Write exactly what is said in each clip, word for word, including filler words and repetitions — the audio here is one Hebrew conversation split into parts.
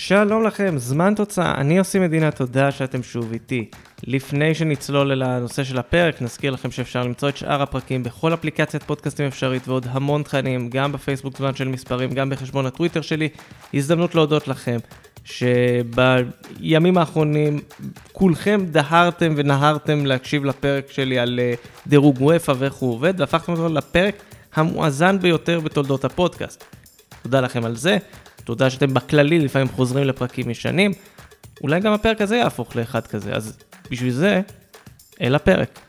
שלום לכם, זמן תוצאה, אני עושה מדינה, תודה שאתם שוב איתי. לפני שנצלול אל הנושא של הפרק, נזכיר לכם שאפשר למצוא את שאר הפרקים בכל אפליקציית פודקאסטים אפשרית ועוד המון תכנים, גם בפייסבוק זמן של מספרים, גם בחשבון הטוויטר שלי. הזדמנות להודות לכם שבימים האחרונים כולכם דהרתם ונהרתם להקשיב לפרק שלי על דירוג וופא ואיך הוא עובד, והפכתם אותו לפרק המואזן ביותר בתולדות הפודקאסט. תודה לכם על זה. תודה שאתם בכללי לפעמים חוזרים לפרקים ישנים, אולי גם הפרק הזה יהפוך לאחד כזה, אז בשביל זה, אל הפרק.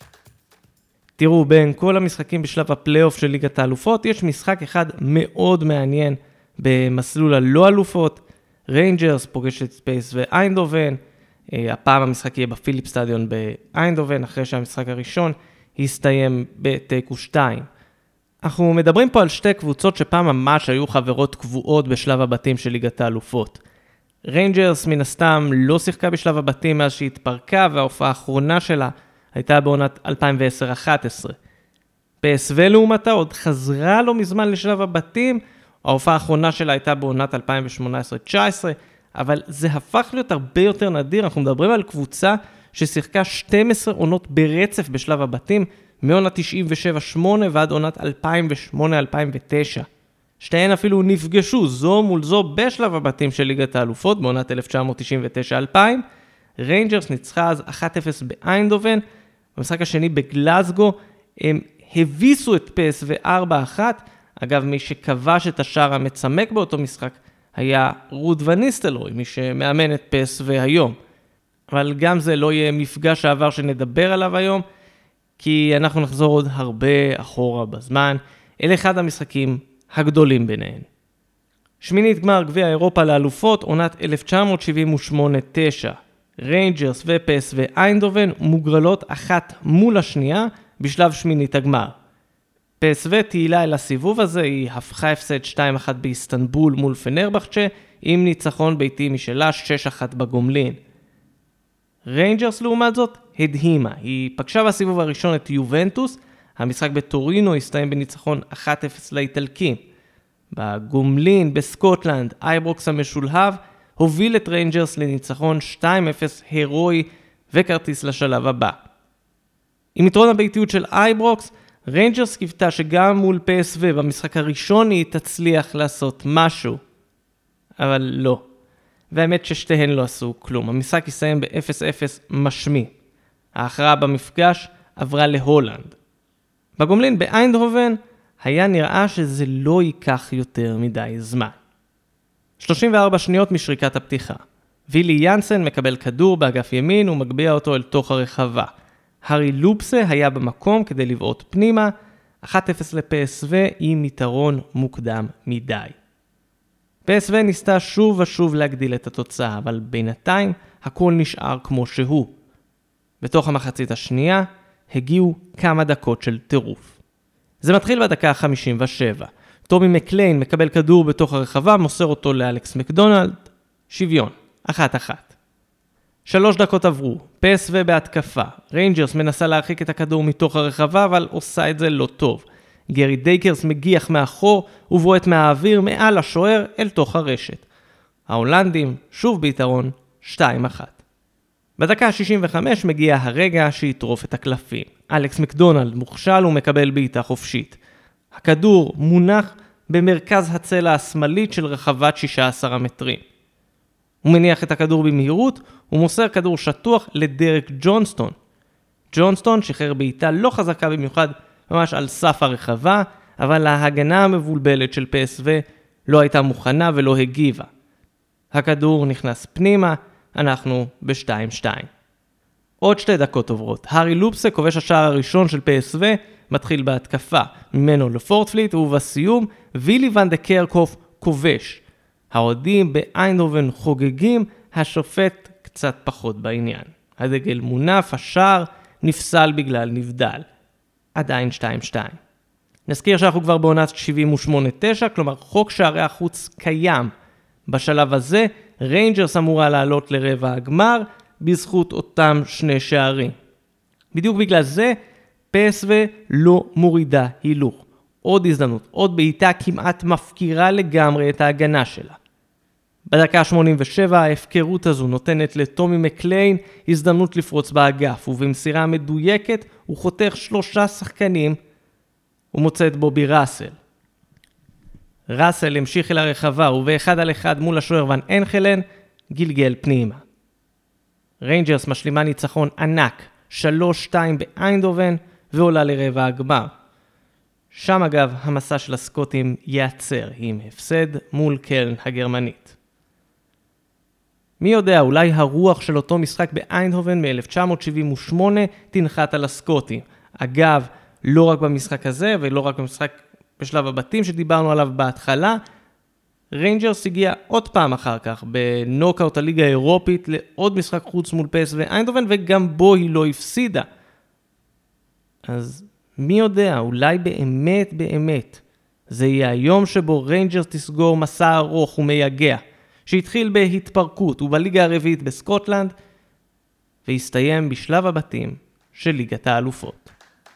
תראו, בין כל המשחקים בשלב הפלייאוף של ליגת האלופות, יש משחק אחד מאוד מעניין במסלול הלא אלופות, ריינג'רס פוגש את ספייס ואיינדובן, הפעם המשחק יהיה בפיליפ סטדיון באיינדובן, אחרי שהמשחק הראשון הסתיים בתיקו שתיים. אנחנו מדברים פה על שתי קבוצות שפעם ממש היו חברות קבועות בשלב הבתים של ליגת האלופות. ריינג'רס מן הסתם לא שיחקה בשלב הבתים מאז שהיא התפרקה, וההופעה האחרונה שלה הייתה בעונת אלפיים ועשר אחת עשרה. פי אס וי לעומתה עוד חזרה לא מזמן לשלב הבתים, ההופעה האחרונה שלה הייתה בעונת אלפיים ושמונה עשרה תשע עשרה, אבל זה הפך להיות הרבה יותר נדיר. אנחנו מדברים על קבוצה ששיחקה שתים עשרה עונות ברצף בשלב הבתים, מעונת תשעים ושבע שמונה ועד עונת אלפיים ושמונה אלפיים ותשע. שתיהן אפילו נפגשו זו מול זו בשלב הבתים של ליגת האלופות, בעונת אלף תשע מאות תשעים ותשע אלפיים. ריינג'רס ניצחה אז אחת אפס באיינדובן, במשחק השני בגלזגו, הם הביסו את פי אס וי ארבע אחת, אגב מי שכבש את השער המצמק באותו משחק היה רוד ון ניסטלרוי, מי שמאמן את פי אס וי היום. אבל גם זה לא יהיה מפגש העבר שנדבר עליו היום, כי אנחנו נחזור עוד הרבה אחורה בזמן, אל אחד המשחקים הגדולים ביניהן. שמינית גמר גביע אירופה לאלופות, עונת אלף תשע מאות שבעים ושמונה תשע. ריינג'רס ופי אס וי איינדובן מוגרלות אחת מול השנייה בשלב שמינית הגמר. פי אס וי תהילה אל הסיבוב הזה, היא הפכה הפסד שתיים אחת באיסטנבול מול פנרבחצ'ה, עם ניצחון ביתי משלה שש אחת בגומלין. ריינג'רס לעומת זאת הדהימה, היא פגשה בסיבוב הראשון את יובנטוס, המשחק בטורינו הסתיים בניצחון אחת אפס לאיטלקים. בגומלין בסקוטלנד אייברוקס המשולהב הוביל את ריינג'רס לניצחון שתיים אפס הרואי וכרטיס לשלב הבא. עם יתרון הביתיות של אייברוקס, ריינג'רס קיוותה שגם מול פי אס וי במשחק הראשון היא תצליח לעשות משהו, אבל לא. והאמת ששתיהן לא עשו כלום. המשחק יסיים ב-אפס אפס משמי. ההכרעה במפגש עברה להולנד. בגומלין באיינדהובן היה נראה שזה לא ייקח יותר מדי זמן. שלושים וארבע שניות משריקת הפתיחה. וילי יאנסן מקבל כדור באגף ימין ומגביע אותו אל תוך הרחבה. הארי לופסה היה במקום כדי לבעוט פנימה, אחת אפס ל-פי אס וי עם יתרון מוקדם מדי. פי אס וי ניסתה שוב ושוב להגדיל את התוצאה, אבל בינתיים הכל נשאר כמו שהוא. בתוך המחצית השנייה הגיעו כמה דקות של טירוף. זה מתחיל בדקה ה-חמישים ושבע. טומי מקליין מקבל כדור בתוך הרחבה, מוסר אותו לאלכס מקדונלד. שוויון, אחת אחת. שלוש דקות עברו, פי אס וי בהתקפה. ריינג'רס מנסה להרחיק את הכדור מתוך הרחבה, אבל עושה את זה לא טוב. גרי דייקרס מגיח מאחור ובועט מהאוויר מעל השוער אל תוך הרשת. ההולנדים שוב ביתרון שתיים אחת. בדקה ה-שישים וחמש מגיע הרגע שיטרוף את הקלפים. אלכס מקדונלד מוכשל ומקבל בעיטה חופשית. הכדור מונח במרכז הצלע השמאלית של רחבת שישה עשר המטרים. הוא מניח את הכדור במהירות ומוסר כדור שטוח לדרק ג'ונסטון. ג'ונסטון שחרר בעיטה לא חזקה במיוחד, ממש על סף הרחבה, אבל ההגנה המבולבלת של פי אס וי לא הייתה מוכנה ולא הגיבה. הכדור נכנס פנימה, אנחנו ב-שתיים שתיים. עוד שתי דקות עוברות. הארי לופסה כובש השער הראשון של פי אס וי, מתחיל בהתקפה ממנו לפורטפליט, ובסיום וילי ון דה קרקהוף כובש. האוהדים באיינדהובן חוגגים, השופט קצת פחות בעניין. הדגל מונף, השער נפסל בגלל נבדל. עדיין שתיים שתיים. נזכיר שאנחנו כבר בעונת שבעים ושמונה תשע, כלומר חוק שערי החוץ קיים. בשלב הזה ריינג'רס אמורה לעלות לרבע הגמר בזכות אותם שני שערים. בדיוק בגלל זה פי אס וי לא מורידה הילוך. עוד הזדמנות, עוד בעיטה כמעט מפקירה לגמרי את ההגנה שלה. בדקה שמונים ושבע ההפקרות הזו נותנת לטומי מקליין הזדמנות לפרוץ באגף, ובמסירה מדויקת הוא חותך שלושה שחקנים ומוצא את בובי ראסל. ראסל המשיך אל הרחבה ובאחד על אחד מול השוער ון אנחלן גלגל פנימה. ריינג'רס משלימה ניצחון ענק שלוש שתיים באיינדהובן ועולה לרבע הגמר. שם אגב המסע של הסקוטים יעצר עם הפסד מול קלן הגרמנית. מי יודע, אולי הרוח של אותו משחק באיינדהובן מ-אלף תשע מאות שבעים ושמונה תנחת על הסקוטים. אגב, לא רק במשחק הזה ולא רק במשחק בשלב הבתים שדיברנו עליו בהתחלה, ריינג'רס הגיע עוד פעם אחר כך בנוקאוט הליגה האירופית לעוד משחק חוץ מול פי אס וי איינדהובן, וגם בו היא לא הפסידה. אז מי יודע, אולי באמת באמת זה יהיה היום שבו ריינג'רס תסגור מסע ארוך ומייגע, שהתחיל בהתפרקות ובליגה הרביעית בסקוטלנד, והסתיים בשלב הבתים של ליגת האלופות.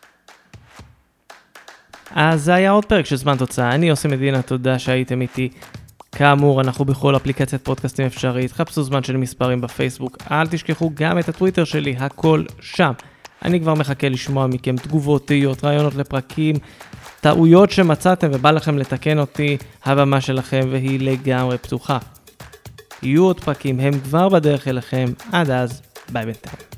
אז זה היה עוד פרק של זמן תוצאה. אני עושה מדינה, תודה שהייתם איתי. כאמור, אנחנו בכל אפליקציית פודקאסטים אפשרית. חפשו זמן של מספרים בפייסבוק. אל תשכחו גם את הטוויטר שלי, הכל שם. אני כבר מחכה לשמוע מכם תגובות, תהיות, רעיונות לפרקים, טעויות שמצאתם ובא לכם לתקן אותי. הבמה שלכם והיא לגמרי פתוחה. יהיו עוד פרקים, הם כבר בדרך אליכם. עד אז, ביי בינתיים.